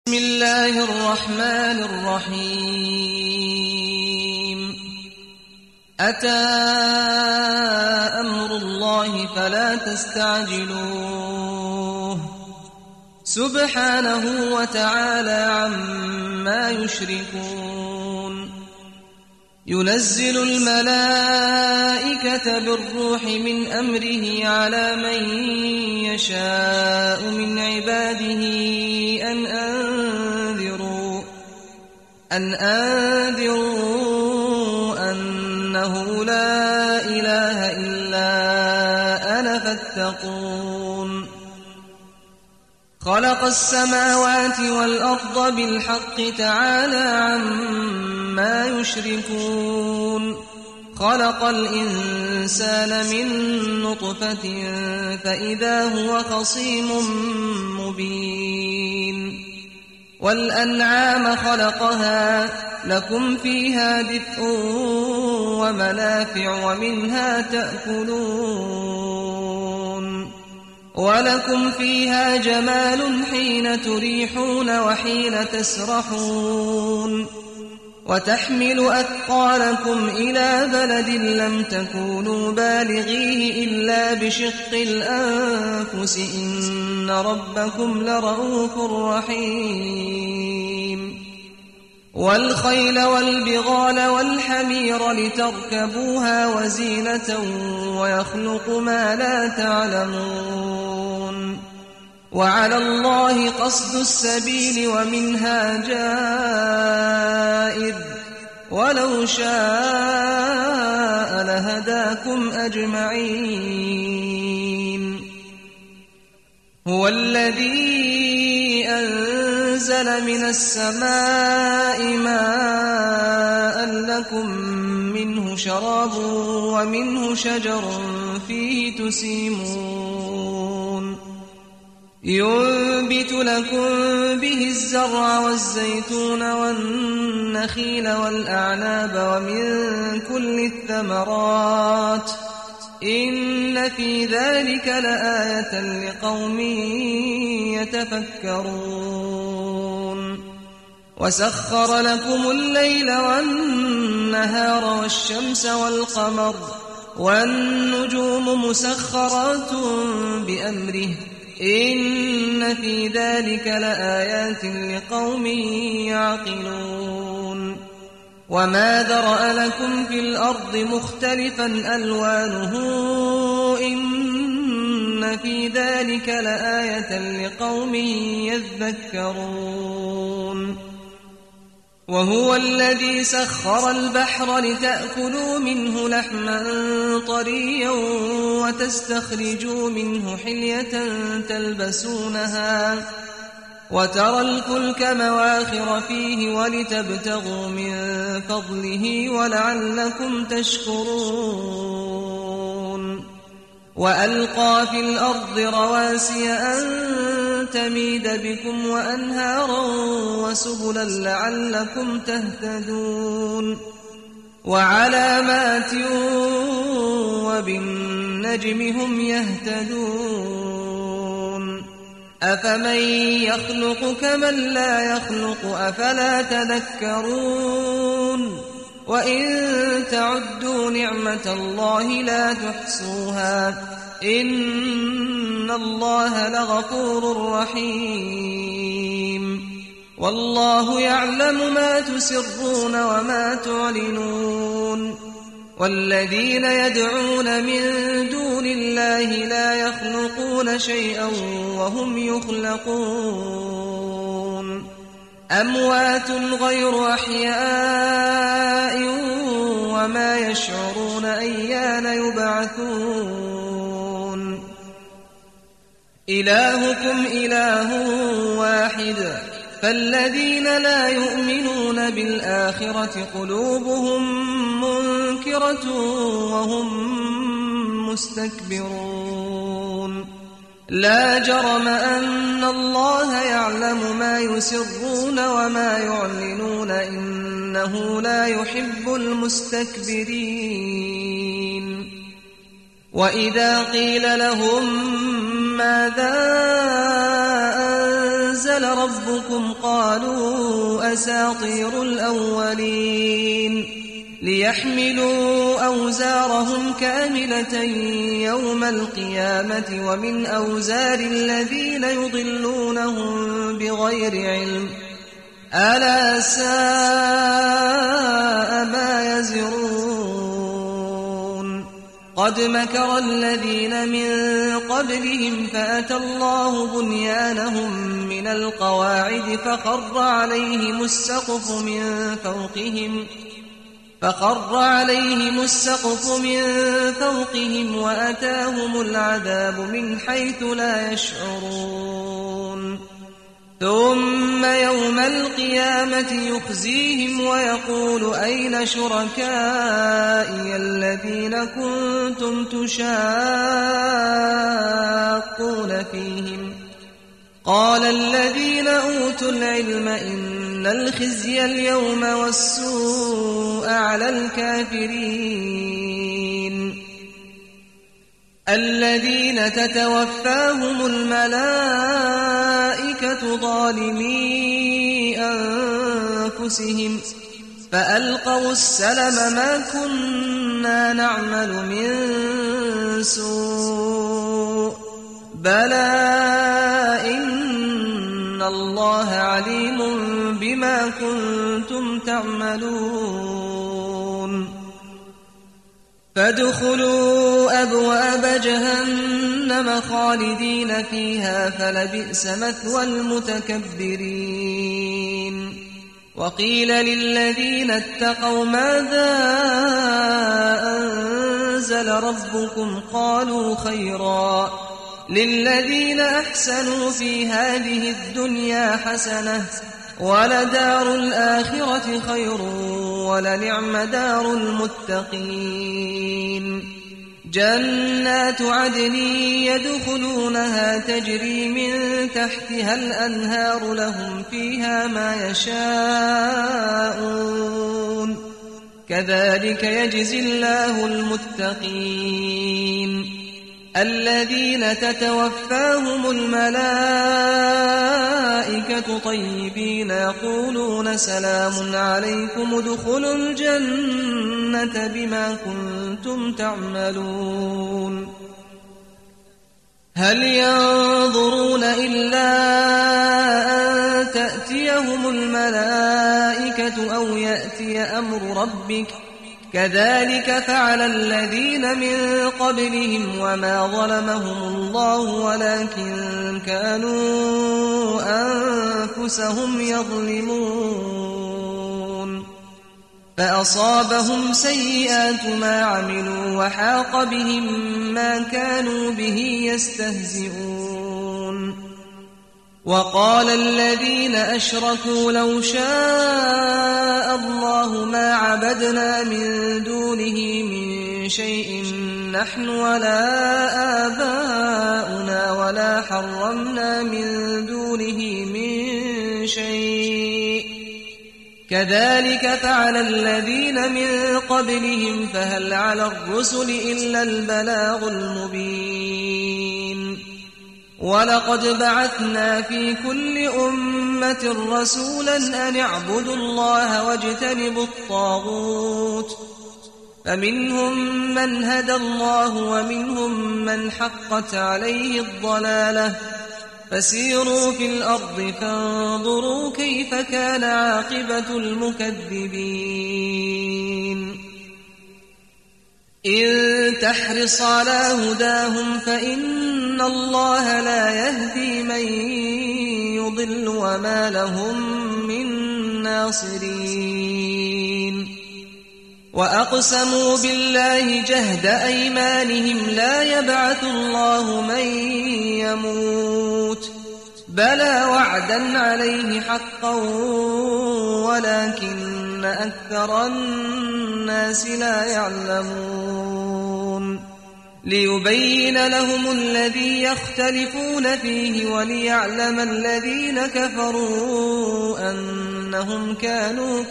بسم الله الرحمن الرحيم أتى أمر الله فلا تستعجلوه سبحانه وتعالى عما يشركون ينزل الملائكة بالروح من أمره على من يشاء من عباده أن أنذروا أنه لا إله إلا أنا فاتقون خلق السماوات والأرض بالحق تعالى عما يشركون خلق الإنسان من نطفة فإذا هو خصيم مبين والأنعام خلقها لكم فيها دفء ومنافع ومنها تأكلون ولكم فيها جمال حين تريحون وحين تسرحون وتحمل أثقالكم إلى بلد لم تكونوا بالغيه إلا بشق الأنفس إن ربكم لرؤوف رحيم والخيل والبغال والحمير لتركبوها وزينة ويخلق ما لا تعلمون وعلى الله قصد السبيل ومنها جائر ولو شاء لهداكم أجمعين هو الذي أنزل من السماء ماء لكم منه شراب ومنه شجر فيه تسيمون ينبت لكم به الزرع والزيتون والنخيل والأعناب ومن كل الثمرات إن في ذلك لآية لقوم يتفكرون وسخر لكم الليل والنهار والشمس والقمر والنجوم مسخرات بأمره إن في ذلك لآيات لقوم يعقلون وما ذرأ لكم في الأرض مختلفا ألوانه إن في ذلك لآية لقوم يذكرون وهو الذي سخر البحر لتأكلوا منه لحما طريا وتستخرجوا منه حلية تلبسونها وترى الفلك مواخر فيه ولتبتغوا من فضله ولعلكم تشكرون وألقى في الأرض رواسي أن تميد بكم وأنهارا وسبلا لعلكم تهتدون وعلامات وبالنجم هم يهتدون أفمن يخلق كمن لا يخلق أفلا تذكرون وإن تعدوا نعمة الله لا تحصوها إن الله لغفور رحيم والله يعلم ما تسرون وما تعلنون والذين يدعون من دون الله لا يخلقون شيئا وهم يخلقون أموات غير أحياء وما يشعرون أيان يبعثون إلهكم إله واحد فالذين لا يؤمنون بالآخرة قلوبهم منكرة وهم مستكبرون لا جرم أن الله يعلم ما يسرون وما يعلنون إنه لا يحب المستكبرين وإذا قيل لهم ماذا أنزل ربكم قالوا أساطير الأولين ليحملوا أوزارهم كاملة يوم القيامة ومن أوزار الذين يضلونهم بغير علم ألا ساء ما يزرون قد مكر الذين من قبلهم فأتى الله بنيانهم من القواعد فخر عليهم السقف من فوقهم وأتاهم العذاب من حيث لا يشعرون ثم يوم القيامة يخزيهم ويقول أين شركائي الذين كنتم تشاقون فيهم قال الذين أوتوا العلم إن الخزي اليوم والسوء على الكافرين الذين تتوفاهم الملائكة ظالمي أنفسهم فألقوا السلم ما كنا نعمل من سوء بلى إن الله عليم بما كنتم تعملون فادخلوا أبواب جهنم خالدين فيها فلبئس مثوى المتكبرين وقيل للذين اتقوا ماذا أنزل ربكم قالوا خيرا للذين أحسنوا في هذه الدنيا حسنة ولدار الآخرة خير ولنعم دار المتقين جنات عدن يدخلونها تجري من تحتها الأنهار لهم فيها ما يشاءون كذلك يجزي الله المتقين الذين تتوفاهم الملائكة طيبين يقولون سلام عليكم ادخلوا الجنة بما كنتم تعملون هل ينظرون إلا أن تأتيهم الملائكة أو يأتي أمر ربك كذلك فعل الذين من قبلهم وما ظلمهم الله ولكن كانوا أنفسهم يظلمون فأصابهم سيئات ما عملوا وحاق بهم ما كانوا به يستهزئون وقال الذين أشركوا لو شاء الله ما عبدنا من دونه من شيء نحن ولا آباؤنا ولا حرمنا من دونه من شيء كذلك فعل الذين من قبلهم فهل على الرسل إلا البلاغ المبين ولقد بعثنا في كل أمة رسولا أن اعبدوا الله واجتنبوا الطاغوت فمنهم من هدى الله ومنهم من حقت عليه الضلالة فسيروا في الأرض فانظروا كيف كان عاقبة المكذبين إن تحرص على هداهم فإن الله لا يهدي من يضل وما لهم من ناصرين وأقسموا بالله جهد أيمانهم لا يبعث الله من يموت بلى وعدا عليه حقا ولكن أكثر الناس لا يعلمون ليبين لهم الذي يختلفون فيه وليعلم الذين كفروا أنهم كانوا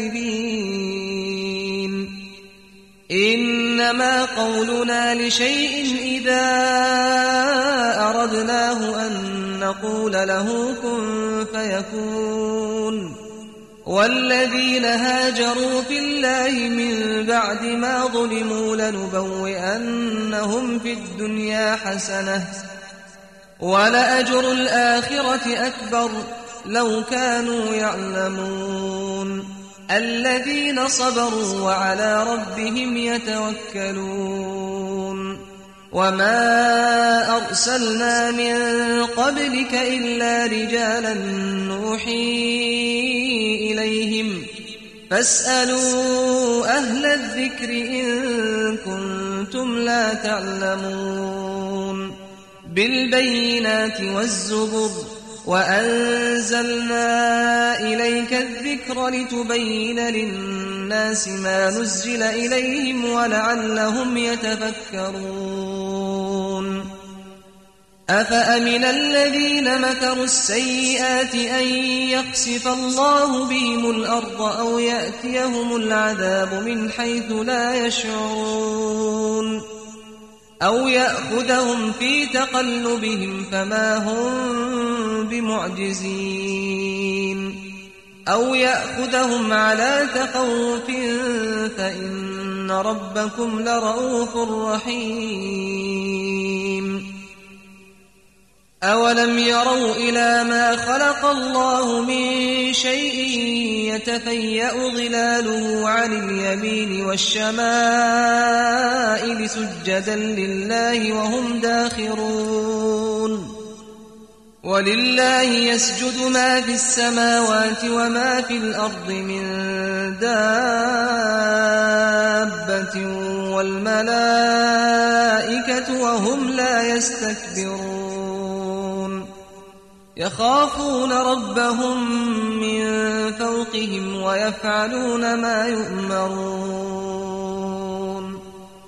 كاذبين إنما قولنا لشيء إذا أردناه أن نقول له كن فيكون. والذين هاجروا في الله من بعد ما ظلموا لنبوئنهم في الدنيا حسنة ولأجر الآخرة أكبر لو كانوا يعلمون. الذين صبروا وعلى ربهم يتوكلون. وما أرسلنا من قبلك إلا رجالا نوحي إليهم فاسألوا أهل الذكر إن كنتم لا تعلمون. بالبينات والزبر وأنزلنا إليك الذكر لتبين للناس ما نزل إليهم ولعلهم يتفكرون. أفأمن الذين مكروا السيئات أن يخسف الله بهم الأرض أو يأتيهم العذاب من حيث لا يشعرون أو يأخذهم في تقلبهم فما هم بمعجزين أو يأخذهم على تخوف فإن ربكم لرؤوف رحيم. أولم يروا إلى ما خلق الله من شيء يتفيأ ظلاله عن اليمين والشمائل سجدا لله وهم داخرون. ولله يسجد ما في السماوات وما في الأرض من دابة والملائكة وهم لا يستكبرون. يخافون ربهم من فوقهم ويفعلون ما يؤمرون.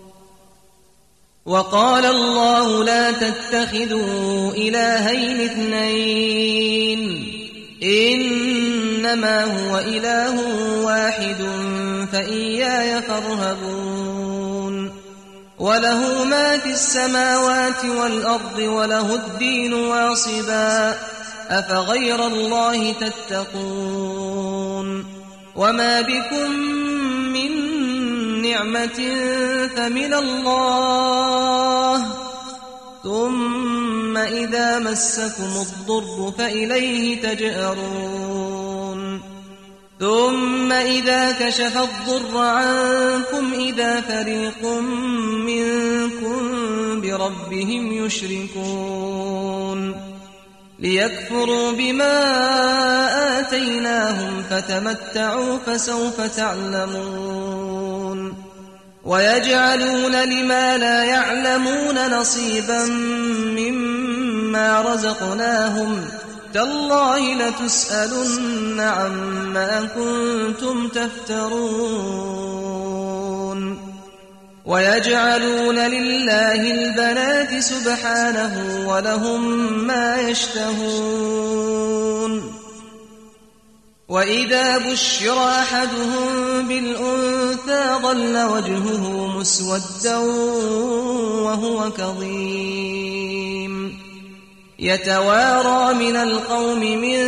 وقال الله لا تتخذوا إلهين اثنين إنما هو إله واحد فإياي فارهبون. وله ما في السماوات والأرض وله الدين واصبا أفغير الله تتقون. وما بكم من نعمة فمن الله ثم إذا مسكم الضر فإليه تجأرون. ثم إذا كشف الضر عنكم إذا فريق منكم بربهم يشركون. ليكفروا بما آتيناهم فتمتعوا فسوف تعلمون. ويجعلون لما لا يعلمون نصيبا مما رزقناهم تالله لتسألن عما كنتم تفترون. ويجعلون لله البنات سبحانه ولهم ما يشتهون. وإذا بشر أحدهم بالأنثى ظل وجهه مسودا وهو كظيم يتوارى من القوم من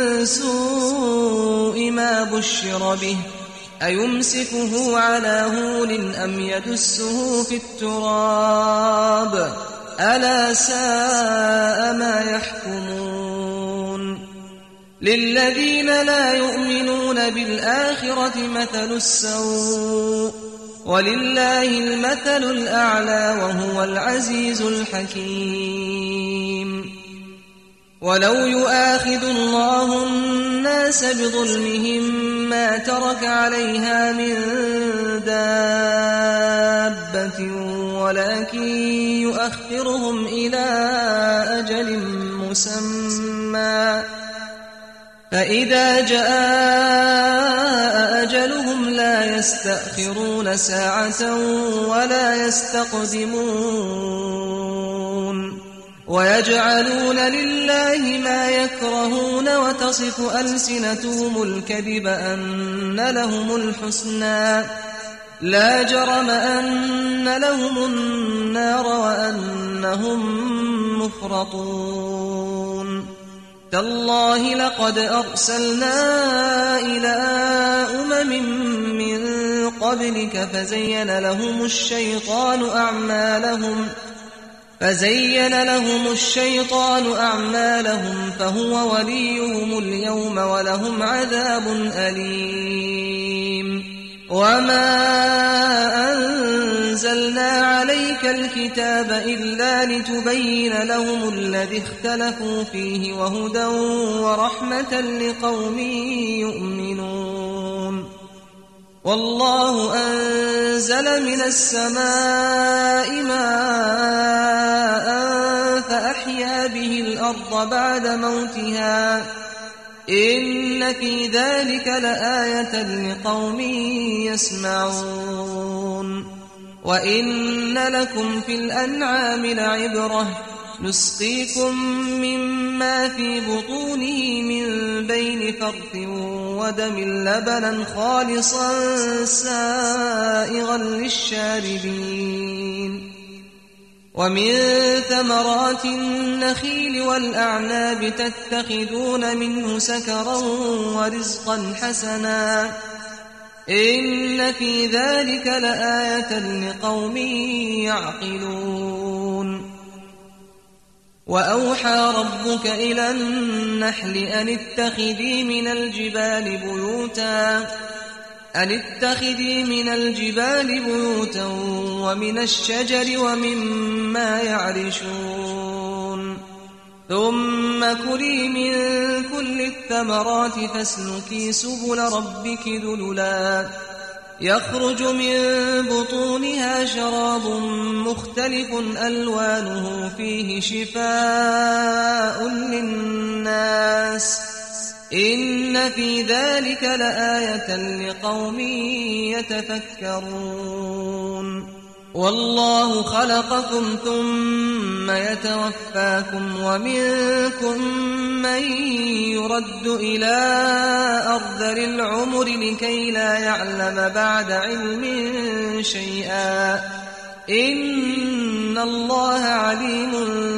سوء ما بشر به أيمسكه على هون أم يدسه في التراب ألا ساء ما يحكمون. للذين لا يؤمنون بالآخرة مثل السوء ولله المثل الأعلى وهو العزيز الحكيم. ولو يؤاخذ الله الناس بظلمهم ما ترك عليها من دابة ولكن يؤخرهم إلى أجل مسمى فإذا جاء أجلهم لا يستأخرون ساعة ولا يستقدمون. ويجعلون لله ما يكرهون وتصف ألسنتهم الكذب أن لهم الحسنى لا جرم أن لهم النار وأنهم مفرطون. تالله لقد أرسلنا إلى من قبلك فزين لهم الشيطان أعمالهم فهو وليهم اليوم ولهم عذاب أليم وما أنزلنا عليك الكتاب إلا لتبين لهم الذي اختلفوا فيه وهدى ورحمة لقوم يؤمنون والله أنزل من السماء ماء فأحيا به الأرض بعد موتها إن في ذلك لآية لقوم يسمعون وإن لكم في الأنعام لعبرة نسقيكم مما في بطونه من بين فرث ودم لبنا خالصا سائغا للشاربين ومن ثمرات النخيل والأعناب تتخذون منه سكرا ورزقا حسنا إن في ذلك لآية لقوم يعقلون وأوحى ربك إلى النحل أن اتخذي من الجبال بيوتا ومن الشجر ومما يعرشون ثم كلي من كل الثمرات فاسلكي سبل ربك ذللا يخرج من بطونها شراب مختلف ألوانه فيه شفاء للناس إن في ذلك لآية لقوم يتفكرون والله خلقكم ثم يتوفاكم ومنكم من يرد إلى أرذل العمر لكي لا يعلم بعد علم شيئا إن الله عليم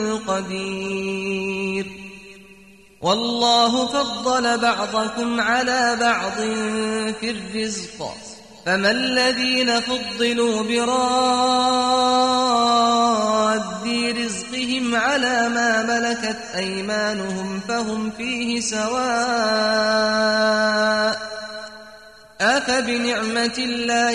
قدير والله فضل بعضكم على بعض في الرزق فما الذين فضلوا براد رزقهم على ما ملكت أيمانهم فهم فيه سواء أفبنعمة الله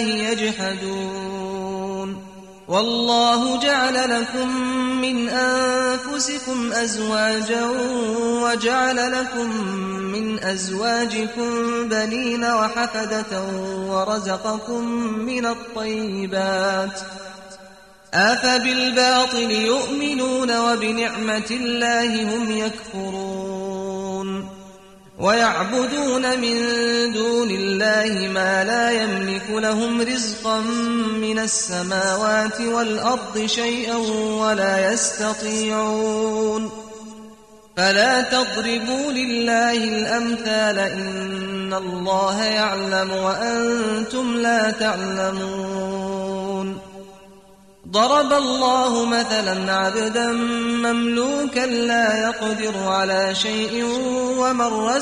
يجحدون والله جعل لكم من أنفسكم أزواجا وجعل لكم من أزواجكم بنين وحفدة ورزقكم من الطيبات أفبالباطل يؤمنون وبنعمة الله هم يكفرون ويعبدون من دون الله ما لا يملك لهم رزقا من السماوات والأرض شيئا ولا يستطيعون فلا تضربوا لله الأمثال إن الله يعلم وأنتم لا تعلمون ضرب الله مثلا عبدا مملوكا لا يقدر على شيء ومن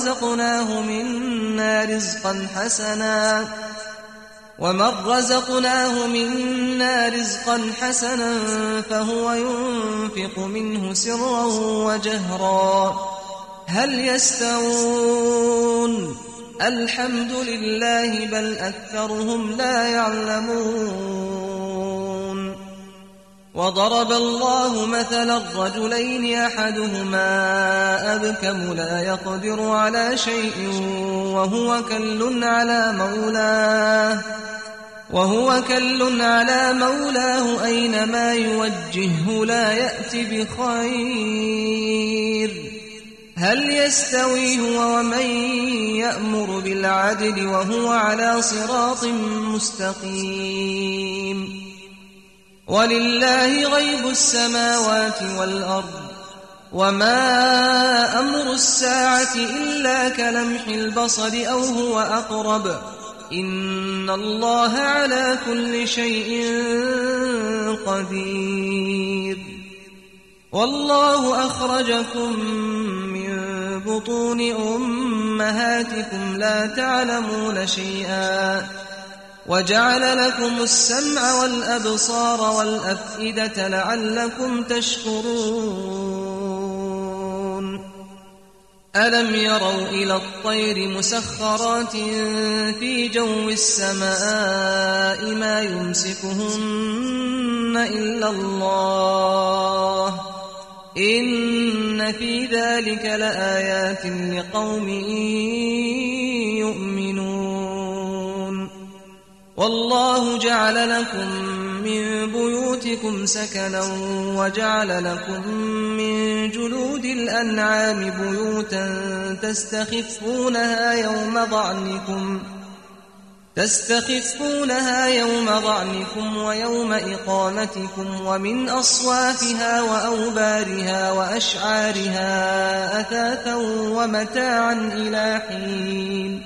رزقناه منا رزقا حسنا فهو ينفق منه سرا وجهرا هل يستوون الحمد لله بل أكثرهم لا يعلمون وضرب الله مثلا الرجلين أحدهما أبكم لا يقدر على شيء وهو كل على مولاه أينما يوجهه لا يأتي بخير هل يستوي هو ومن يأمر بالعدل وهو على صراط مستقيم ولله غيب السماوات والأرض وما أمر الساعة إلا كلمح البصر أو هو أقرب إن الله على كل شيء قدير والله أخرجكم من بطون أمهاتكم لا تعلمون شيئا وجعل لكم السمع والأبصار والأفئدة لعلكم تشكرون ألم يروا إلى الطير مسخرات في جو السماء ما يمسكهن إلا الله إن في ذلك لآيات لقوم يؤمنون والله جعل لكم من بيوتكم سكنا وجعل لكم من جلود الأنعام بيوتا تستخفونها يوم ضعنكم ويوم إقامتكم ومن أصوافها وأوبارها وأشعارها أثاثا ومتاعا إلى حين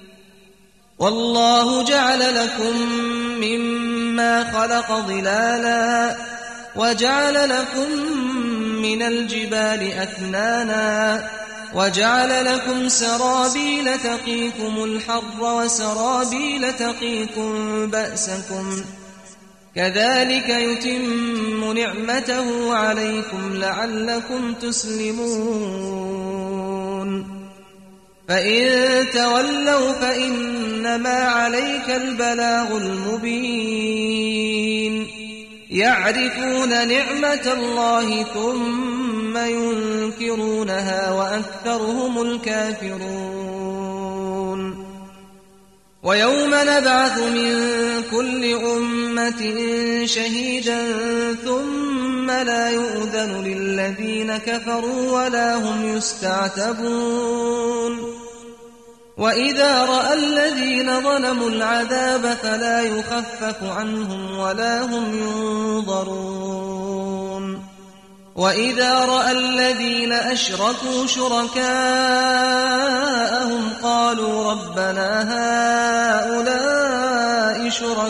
والله جعل لكم مما خلق ظلالا وجعل لكم من الجبال أكنانا وجعل لكم سرابيل تقيكم الحر وسرابيل تقيكم بأسكم كذلك يتم نعمته عليكم لعلكم تسلمون فإن تولوا فإنما عليك البلاغ المبين يعرفون نعمة الله ثم ينكرونها وأكثرهم الكافرون ويوم نبعث من كل أمة شهيدا ظُمَّ لَا يُؤْذَنُ لِلَّذِينَ كَفَرُوا وَلَا هُمْ يُسْتَعْتَبُونَ وَإِذَا رَأَى الَّذِينَ ظَلَمُوا الْعَذَابَ فَلَا يُخَفَّفُ عَنْهُمْ وَلَا هُمْ يُنظَرُونَ وَإِذَا رَأَى الَّذِينَ أَشْرَكُوا شُرَكَاءَهُمْ قَالُوا رَبَّنَا هَؤُلَاءِ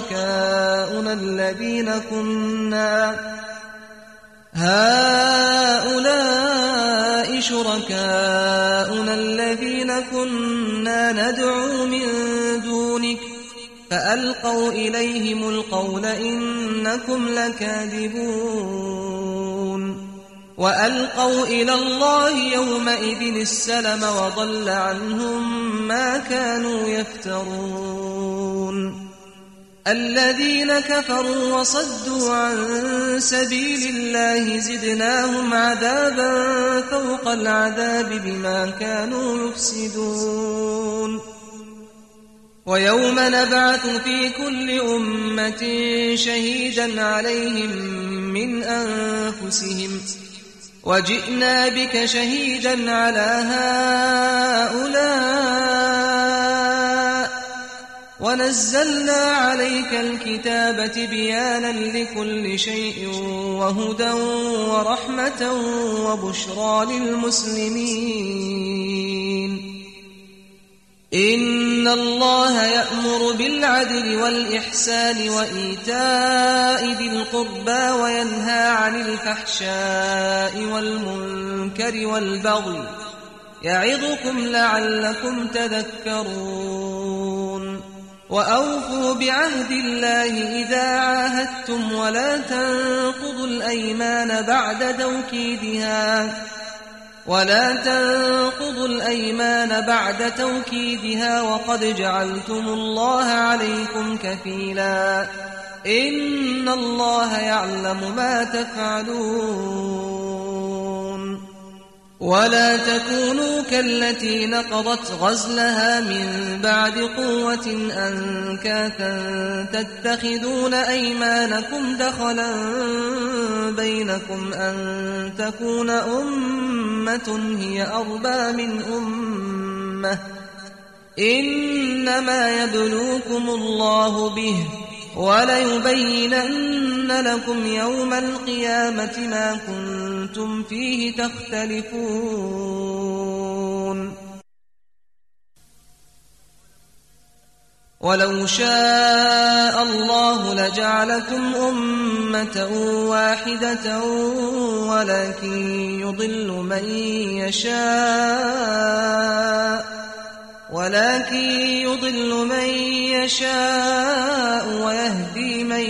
شُرَكَاؤُنَا الَّذِينَ كُنَّا نَدْعُو مِن دُونِكَ فَأَلْقَوْا إِلَيْهِمُ الْقَوْلَ إِنَّكُمْ لَكَاذِبُونَ وَأَلْقَوْا إِلَى اللَّهِ يَوْمَئِذٍ السَّلَمَ وَضَلَّ عَنْهُم مَّا كَانُوا يَفْتَرُونَ الَّذِينَ كَفَرُوا وَصَدُّوا عَن سَبِيلِ اللَّهِ زِدْنَاهُمْ عَذَابًا فَوْقَ الْعَذَابِ بِمَا كَانُوا يُفْسِدُونَ وَيَوْمَ نَبْعَثُ فِي كُلِّ أُمَّةٍ شَهِيدًا عَلَيْهِم مِّنْ أَنفُسِهِمْ وَجِئْنَا بِكَ شَهِيدًا عَلَىٰ هَٰؤُلَاءِ وَنَزَّلْنَا عَلَيْكَ الْكِتَابَ تِبْيَانًا لِّكُلِّ شَيْءٍ وَهُدًى وَرَحْمَةً وَبُشْرَىٰ لِلْمُسْلِمِينَ إِنَّ اللَّهَ يَأْمُرُ بِالْعَدْلِ وَالْإِحْسَانِ وَإِيتَاءِ ذِي الْقُرْبَىٰ وَيَنْهَىٰ عَنِ الْفَحْشَاءِ وَالْمُنكَرِ وَالْبَغْيِ يَعِظُكُمْ لَعَلَّكُمْ تَذَكَّرُونَ وَأَوْفُوا بِعَهْدِ اللَّهِ إِذَا عَاهَدتُّمْ وَلَا تَنقُضُوا الْأَيْمَانَ بَعْدَ تَوْكِيدِهَا وَقَدْ جَعَلْتُمُ اللَّهَ عَلَيْكُمْ كَفِيلًا إِنَّ اللَّهَ يَعْلَمُ مَا تَفْعَلُونَ وَلَا تَكُونُوا كَالَّتِي نَقَضَتْ غَزْلَهَا مِن بَعْدِ قُوَّةٍ أَنكَاثًا تَتَّخِذُونَ أَيْمَانَكُمْ دَخَلًا بَيْنَكُمْ أَن تَكُونَ أُمَّةٌ هِيَ أَرْبَىٰ مِنْ أُمَّةٍ ۚ إِنَّمَا يَبْلُوكُمُ اللَّهُ بِهِ ۚ وَلَيُبَيِّنَنَّ لَكُمْ يَوْمَ الْقِيَامَةِ مَا كُنتُمْ فِيهِ تَخْتَلِفُونَ ولو شاء الله لجعلكم أمة واحدة ولكن يضل من يشاء ويهدي من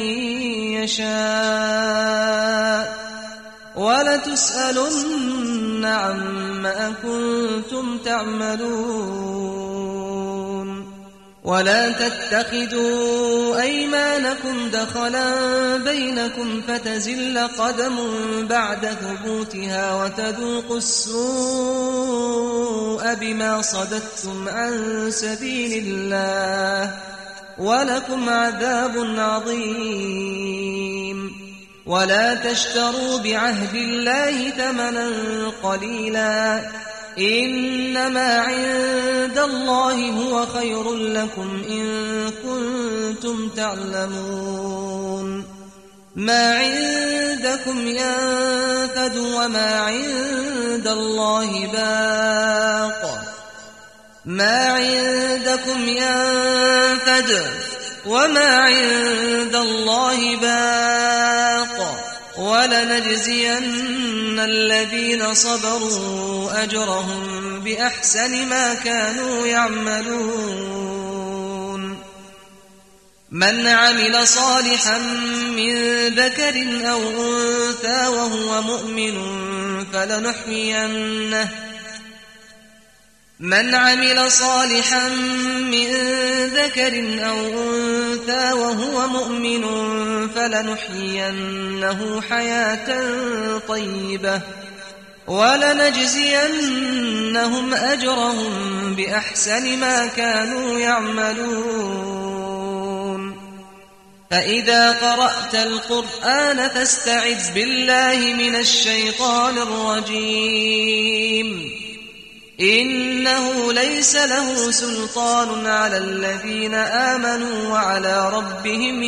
يشاء ولتسألن عما كنتم تعملون ولا تتخذوا أيمانكم دخلا بينكم فتزل قدم بعد ثبوتها وتذوقوا السوء بما صددتم عن سبيل الله ولكم عذاب عظيم ولا تشتروا بعهد الله ثمنا قليلا إنما عند الله هو خير لكم إن كنتم تعلمون ما عندكم ينفد وما عند الله باق ما عندكم ينفد وما عند الله باق ولنجزين الذين صبروا أجرهم بأحسن ما كانوا يعملون من عمل صالحا من ذكر أو أنثى وهو مؤمن فلنحيينه حياة طيبة ولنجزينهم أجرهم بأحسن ما كانوا يعملون فإذا قرأت القرآن فاستعذ بالله من الشيطان الرجيم إنه ليس له سلطان على الذين آمنوا وعلى ربهم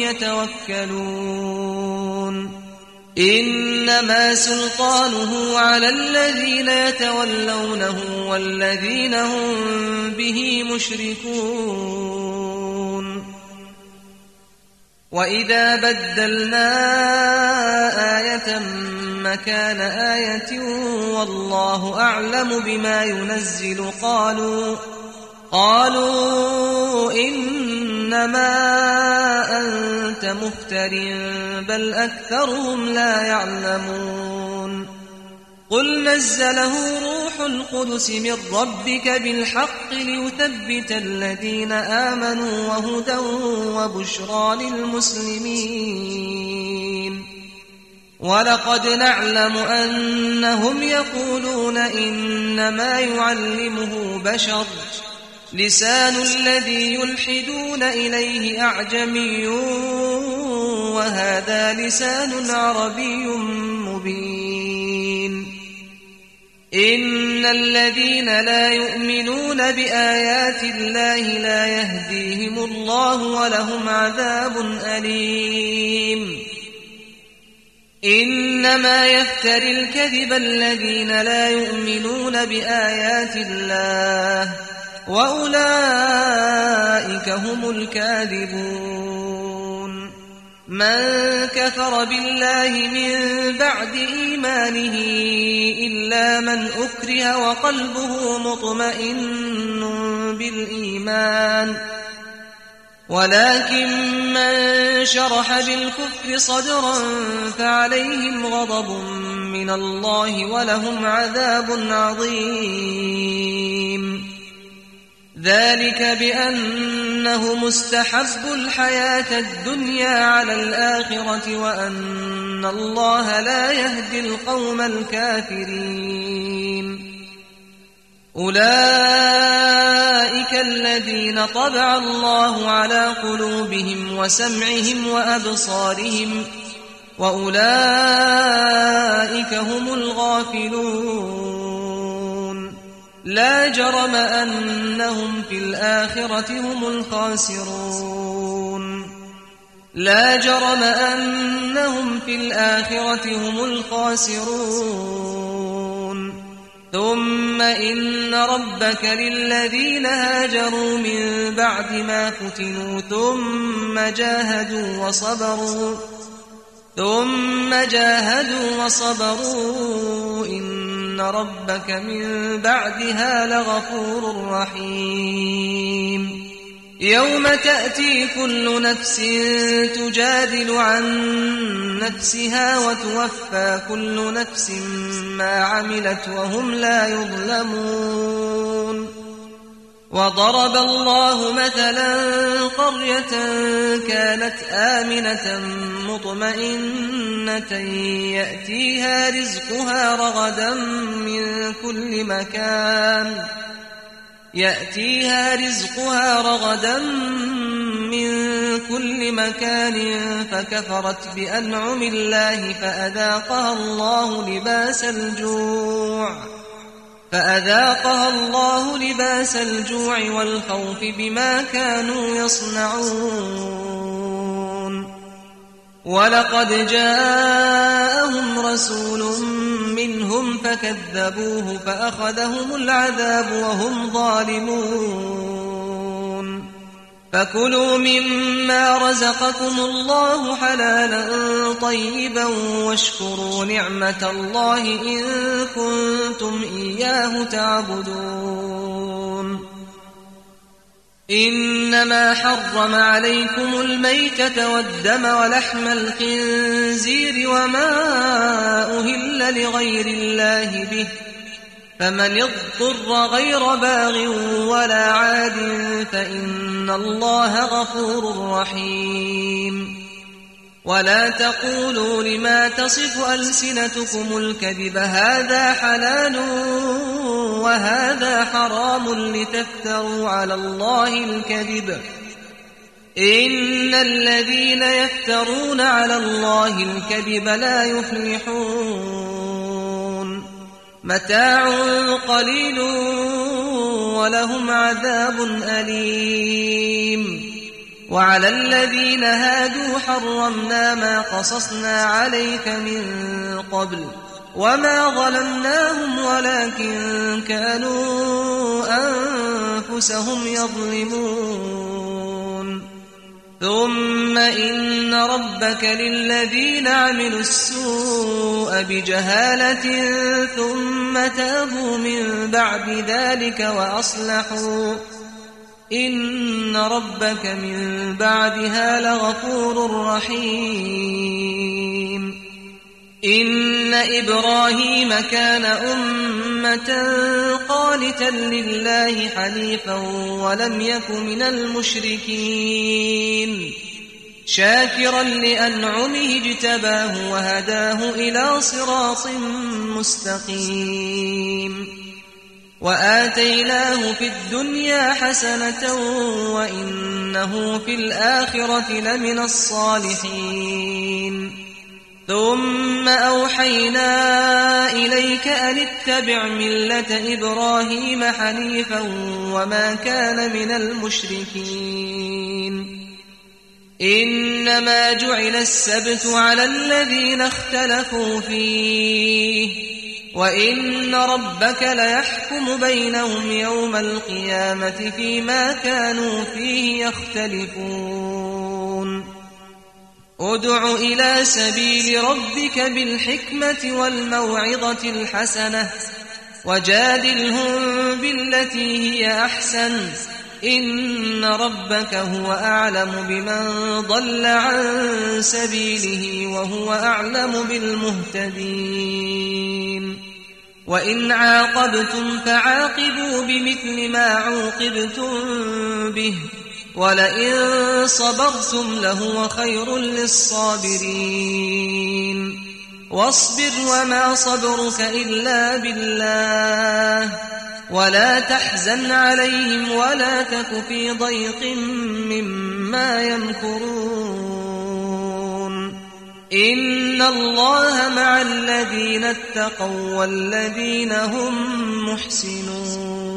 يتوكلون إنما سلطانه على الذين يتولونه والذين هم به مشركون وإذا بدلنا آية مكان آية والله أعلم بما ينزل قالوا إنما أنت مفتر بل أكثرهم لا يعلمون قل نزله روح القدس من ربك بالحق ليثبت الذين آمنوا وهدى وبشرى للمسلمين ولقد نعلم أنهم يقولون إنما يعلمه بشر لسان الذي يلحدون إليه أعجمي وهذا لسان عربي مبين إن الذين لا يؤمنون بآيات الله لا يهديهم الله ولهم عذاب أليم إنما يفتري الكذب الذين لا يؤمنون بآيات الله وأولئك هم الكاذبون من كفر بالله من بعد إيمانه إلا من أكره وقلبه مطمئن بالإيمان ولكن من شرح بالكفر صدرا فعليهم غضب من الله ولهم عذاب عظيم ذلك بأنه مستحب الحياة الدنيا على الآخرة وأن الله لا يهدي القوم الكافرين أولئك الذين طبع الله على قلوبهم وسمعهم وأبصارهم وأولئك هم الغافلون لا جرم أنهم في الآخرة هم الخاسرون لا جرم أنهم في الآخرة هم الخاسرون ثم إن ربك للذين هاجروا من بعد ما فتنوا ثم جاهدوا وصبروا إن ربك من بعدها لغفور رحيم يوم تأتي كل نفس تجادل عن نفسها وتوفى كل نفس ما عملت وهم لا يظلمون وضرب الله مثلا قرية كانت آمنة مطمئنة يأتيها رزقها رغدا من كل مكان فكفرت بأنعم الله فأذاقها الله لباس الجوع والخوف بما كانوا يصنعون ولقد جاءهم رسول منهم فكذبوه فأخذهم العذاب وهم ظالمون فكلوا مما رزقكم الله حلالا طيبا واشكروا نعمة الله إن كنتم إياه تعبدون إنما حرم عليكم الميتة والدم ولحم الخنزير وما أهل لغير الله به فمن اضطر غير باغ ولا عاد فإن الله غفور رحيم ولا تقولوا لما تصف ألسنتكم الكذب هذا حلال وهذا حرام لتفتروا على الله الكذب إن الذين يفترون على الله الكذب لا يفلحون متاع قليل ولهم عذاب أليم وعلى الذين هادوا حرمنا ما قصصنا عليك من قبل وما ظلمناهم ولكن كانوا أنفسهم يظلمون ثم إن ربك للذين عملوا السوء بجهالة ثم تابوا من بعد ذلك وأصلحوا إن ربك من بعدها لغفور رحيم إن إبراهيم كان أمة قانتا لله حنيفا ولم يك من المشركين شاكرا لأنعمه اجتباه وهداه إلى صراط مستقيم وآتيناه في الدنيا حسنة وإنه في الآخرة لمن الصالحين ثم أوحينا إليك أن اتبع ملة إبراهيم حنيفا وما كان من المشركين إنما جعل السبت على الذين اختلفوا فيه وإن ربك ليحكم بينهم يوم القيامة فيما كانوا فيه يختلفون ادع إلى سبيل ربك بالحكمة والموعظة الحسنة وجادلهم بالتي هي أحسن إن ربك هو أعلم بمن ضل عن سبيله وهو أعلم بالمهتدين وإن عاقبتم فعاقبوا بمثل ما عوقبتم به ولئن صبرتم لهو خير للصابرين واصبر وما صبرك إلا بالله ولا تحزن عليهم ولا تك في ضيق مما يمكرون إن الله مع الذين اتقوا والذين هم محسنون